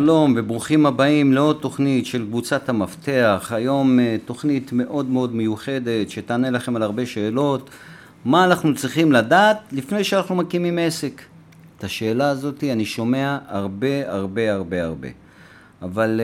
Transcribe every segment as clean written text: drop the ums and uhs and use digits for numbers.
שלום וברוכים הבאים לעוד תוכנית של קבוצת המפתח. היום תוכנית מאוד מאוד מיוחדת שתענה לכם על הרבה שאלות. מה אנחנו צריכים לדעת לפני שאנחנו מקימים עסק? את השאלה הזאת אני שומע הרבה. אבל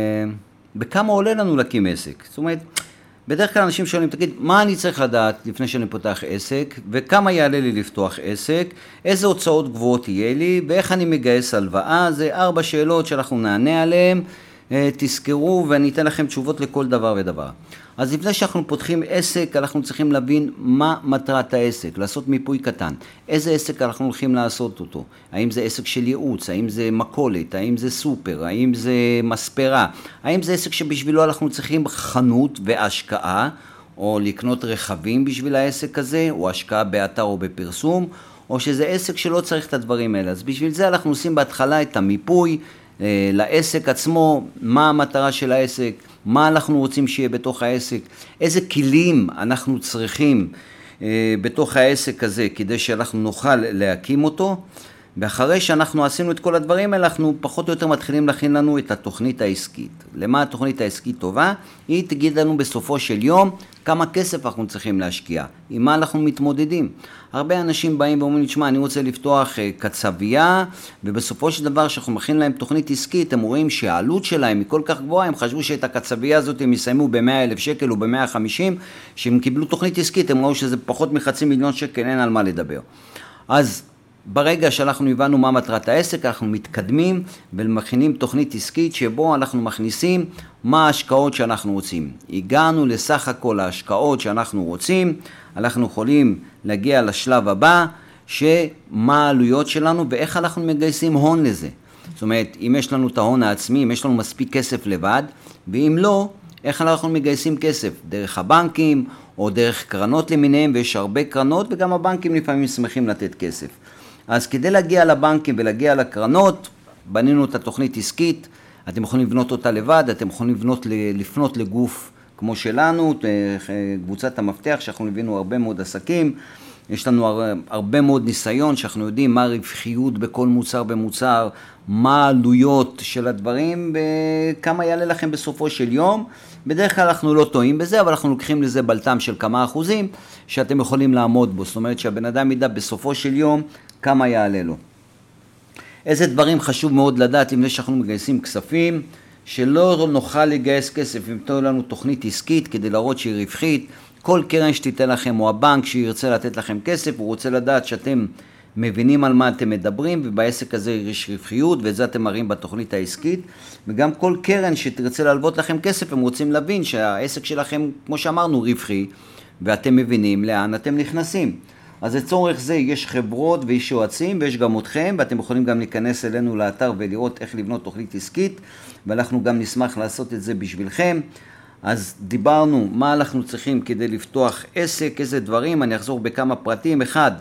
בכמה עולה לנו להקים עסק? זאת אומרת, בדרך כלל אנשים שואלים, תגיד, מה אני צריך לדעת לפני שאני פותח עסק, וכמה יעלה לי לפתוח עסק, איזה הוצאות גבוהות יהיה לי, ואיך אני מגייס הלוואה. זה 4 שאלות שאנחנו נענה עליהן, תזכרו, ואני אתן לכם תשובות לכל דבר ודבר. אז לפני שאנחנו פותחים עסק, אנחנו צריכים להבין מה מטרת העסק, לעשות מיפוי קטן. איזה עסק אנחנו הולכים לעשות אותו? האם זה עסק של ייעוץ? האם זה מכולת? האם זה סופר? האם זה מספרה? האם זה עסק שבשבילו אנחנו צריכים חנות והשקעה, או לקנות רכבים בשביל העסק הזה, או השקעה באתר או בפרסום, או שזה עסק שלא צריך את הדברים האלה. אז בשביל זה אנחנו עושים בהתחלה את המיפוי לעסק עצמו, מה המטרה של העסק, מה אנחנו רוצים שיהיה בתוך העסק, איזה כלים אנחנו צריכים בתוך העסק הזה כדי שאנחנו נוכל להקים אותו. ואחרי שאנחנו עשינו את כל הדברים האלה, אנחנו פחות או יותר מתחילים להכין לנו את התוכנית העסקית. למה התוכנית העסקית טובה? היא תגיד לנו בסופו של יום כמה כסף אנחנו צריכים להשקיע, עם מה אנחנו מתמודדים. הרבה אנשים באים ואומרים, תשמע, אני רוצה לפתוח קצבייה, ובסופו של דבר שאנחנו מכין להם תוכנית עסקית, הם רואים שהעלות שלהם היא כל כך גבוהה, הם חשבו שאת הקצבייה הזאת הם יסיימו ב100,000 שקל או ב150, שהם קיבלו תוכנית עסקית, הם ראו שזה פחות מ500,000 שקל, אין על מה לדבר. אז ברגע שאנחנו הבנו מה מטרת העסק, אנחנו מתקדמים ומכינים תוכנית עסקית שבו אנחנו מכניסים מה ההשקעות שאנחנו רוצים. הגענו לסך הכל ההשקעות שאנחנו רוצים, אנחנו יכולים להגיע לשלב הבא, שמה העלויות שלנו ואיך אנחנו מגייסים הון לזה. זאת אומרת, אם יש לנו את ההון העצמי, אם יש לנו מספיק כסף לבד, ואם לא, איך אנחנו מגייסים כסף? דרך הבנקים או דרך קרנות למיניהם, ויש הרבה קרנות וגם הבנקים לפעמים שמחים לתת כסף. אז כדי להגיע לבנקים ולהגיע לקרנות, בנינו את התוכנית עסקית, אתם יכולים לבנות אותה לבד, אתם יכולים לפנות לגוף כמו שלנו, קבוצת המפתח, שאנחנו הבאנו הרבה מאוד עסקים, יש לנו הרבה מאוד ניסיון, שאנחנו יודעים מה הרווחיות בכל מוצר במוצר, מה העלויות של הדברים, וכמה יעלה לכם בסופו של יום. בדרך כלל אנחנו לא טועים בזה, אבל אנחנו לוקחים לזה בלטם של כמה אחוזים, שאתם יכולים לעמוד בו. זאת אומרת שהבן אדם ידע בסופו של יום כמה יעלה לו. איזה דברים חשוב מאוד לדעת לפני שאנחנו מגייסים כספים, שלא נוכל לגייס כסף אם תהיה לנו תוכנית עסקית כדי להראות שהיא רווחית. כל קרן שתיתן לכם או הבנק שירצה לתת לכם כסף, הוא רוצה לדעת שאתם מבינים על מה אתם מדברים, ובעסק הזה יש רווחיות, ואת זה אתם מראים בתוכנית העסקית. וגם כל קרן שתרצה להלוות לכם כסף, הם רוצים להבין שהעסק שלכם, כמו שאמרנו, רווחי, ואתם מבינים לאן אתם נכנסים. אז לצורך זה יש חברות ויש יועצים, ויש גם אתכם, ואתם יכולים גם להיכנס אלינו לאתר ולראות איך לבנות תוכנית עסקית, ואנחנו גם נשמח לעשות את זה בשבילכם. אז דיברנו מה אנחנו צריכים כדי לפתוח עסק, איזה דברים, אני אחזור בכמה פרטים. 1,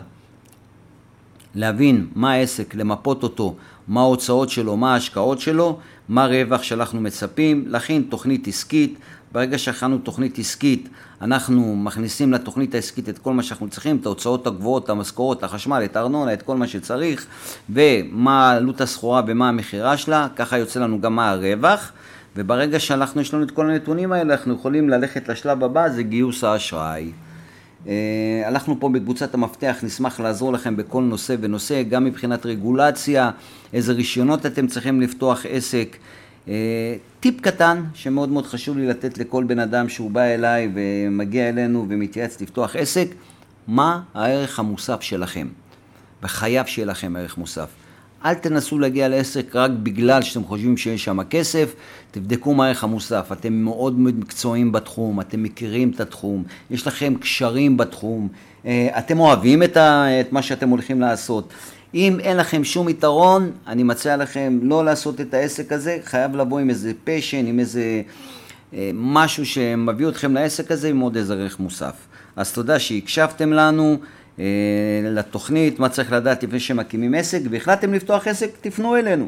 להבין מה העסק, למפות אותו, מה ההוצאות שלו, מה ההשקעות שלו, מה הרווח שאנחנו מצפים, להכין תוכנית עסקית. ברגע שהכנו תוכנית עסקית, אנחנו מכניסים לתוכנית העסקית את כל מה שאנחנו צריכים, את ההוצאות הגבוהות, את המשכורות, החשמל, את הארנונה, את כל מה שצריך, ומה עלות הסחורה ומה המחירה שלה, ככה יוצא לנו גם מה הרווח. וברגע שאנחנו יש לנו את כל הנתונים האלה, אנחנו יכולים ללכת לשלב הבא, זה גיוס האשראי. אנחנו פה בקבוצת המפתח נשמח לעזור לכם בכל נושא ונושא, גם מבחינת רגולציה, איזה רישיונות אתם צריכים לפתוח עסק. טיפ קטן שמאוד מאוד חשוב לי לתת לכל בן אדם שהוא בא אליי ומגיע אלינו ומתייעץ לפתוח עסק, מה הערך המוסף שלכם? וחייב שיהיה לכם ערך מוסף. אל תנסו להגיע לעסק רק בגלל שאתם חושבים שיש שם כסף, תבדקו מה הערך המוסף. אתם מאוד מקצועיים בתחום, אתם מכירים את התחום, יש לכם קשרים בתחום, אתם אוהבים את מה שאתם הולכים לעשות. אם אין לכם שום יתרון, אני מציע לכם לא לעשות את העסק הזה, חייב לבוא עם איזה פשן, עם איזה משהו שמביא אתכם לעסק הזה, עם עוד איזה ערך מוסף. אז תודה שהקשבתם לנו לתוכנית, מה צריך לדעת לפני שמקימים עסק, והחלטתם לפתוח עסק, תפנו אלינו.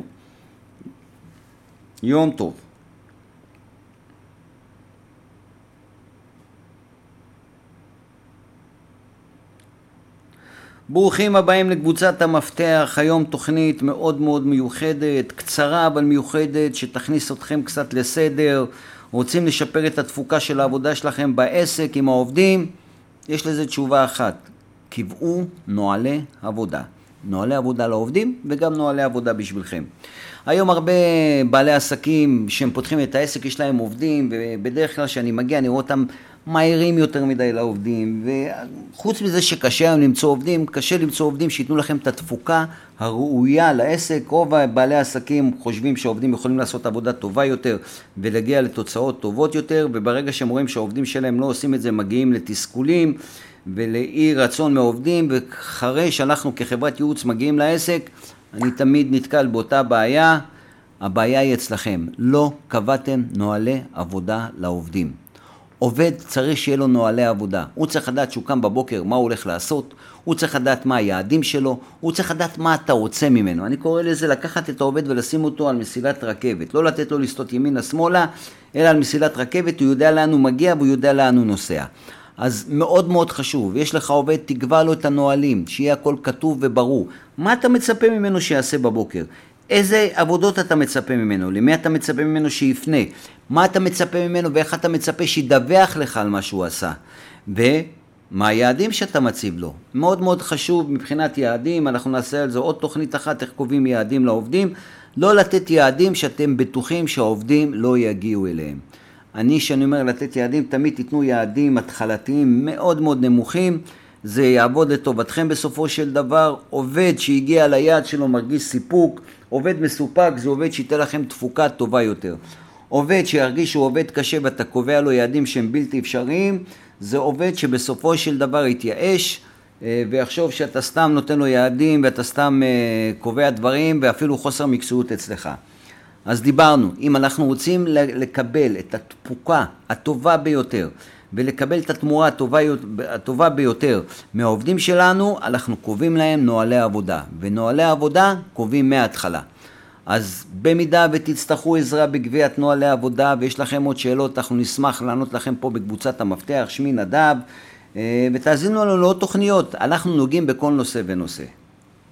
יום טוב. ברוכים הבאים לקבוצת המפתח. היום תוכנית מאוד מאוד מיוחדת, קצרה אבל מיוחדת, שתכניס אתכם קצת לסדר. רוצים לשפר את התפוקה של העבודה שלכם בעסק עם העובדים? יש לזה תשובה אחת: קבעו נוהלי עבודה. נוהלי עבודה לעובדים וגם נוהלי עבודה בשבילכם. היום הרבה בעלי עסקים שהם פותחים את העסק, יש להם עובדים, ובדרך כלל כשאני מגיע אני רואה אותם מהירים יותר מדי לעובדים, וחוץ מזה שקשה היום למצוא עובדים, קשה למצוא עובדים שיתנו לכם את התפוקה הראויה לעסק. רוב בעלי העסקים חושבים שהעובדים יכולים לעשות עבודה טובה יותר ולהגיע לתוצאות טובות יותר, וברגע שהם רואים שהעובדים שלהם לא עושים את זה, מגיעים לתסכולים ולאי רצון מהעובדים. ואחרי שאנחנו כחברת ייעוץ מגיעים לעסק, אני תמיד נתקל באותה בעיה. הבעיה היא אצלכם, לא קבעתם נוהלי עבודה לעובדים. עובד צריך שיהיה לו נוהלי עבודה. הוא צריך לדעת שהוא קם בבוקר מה הוא הולך לעשות, הוא צריך לדעת מה היעדים שלו, הוא צריך לדעת מה אתה רוצה ממנו. אני קורא לזה לקחת את העובד ולשים אותו על מסילת רכבת. לא לתת לו לסטות ימינה שמאלה, אלא על מסילת רכבת. הוא יודע לאן הוא מגיע והוא יודע לאן הוא נוסע. אז מאוד מאוד חשוב, יש לך עובד, תקבע לו את הנהלים, שיהיה הכל כתוב וברור. מה אתה מצפה ממנו שיעשה בבוקר? איזה עבודות אתה מצפה ממנו? למי אתה מצפה ממנו שיפנה? מה אתה מצפה ממנו ואיך אתה מצפה שידווח לך על מה שהוא עשה? ומה היעדים שאתה מציב לו? מאוד מאוד חשוב מבחינת יעדים. אנחנו נעשה על זה עוד תוכנית אחת, איך קובעים יעדים לעובדים. לא לתת יעדים שאתם בטוחים שהעובדים לא יגיעו אליהם. שאני אומר לתת יעדים, תמיד תיתנו יעדים התחלתיים מאוד מאוד נמוכים. זה יעבוד לטובתכם בסופו של דבר. עובד שהגיע ליעד שלו מרגיש סיפוק, עובד מסופק, זה עובד שייתן לכם תפוקה טובה יותר. עובד שירגיש שהוא עובד קשה ואתה קובע לו יעדים שהם בלתי אפשריים, זה עובד שבסופו של דבר יתייאש ויחשוב שאתה סתם נותן לו יעדים ואתה סתם קובע דברים, ואפילו חוסר מקצועיות אצלך. אז דיברנו, אם אנחנו רוצים לקבל את התפוקה הטובה ביותר ולקבל את התמורה הטובה ביותר מהעובדים שלנו, אנחנו קובעים להם נוהלי עבודה, ונוהלי עבודה קובעים מההתחלה. אז במידה ותצטרכו עזרה בקביעת נוהלי עבודה ויש לכם עוד שאלות, אנחנו נשמח לענות לכם פה בקבוצת המפתח. שמי נדב, ותאזינו לנו לעוד תוכניות. אנחנו נוגעים בכל נושא ונושא.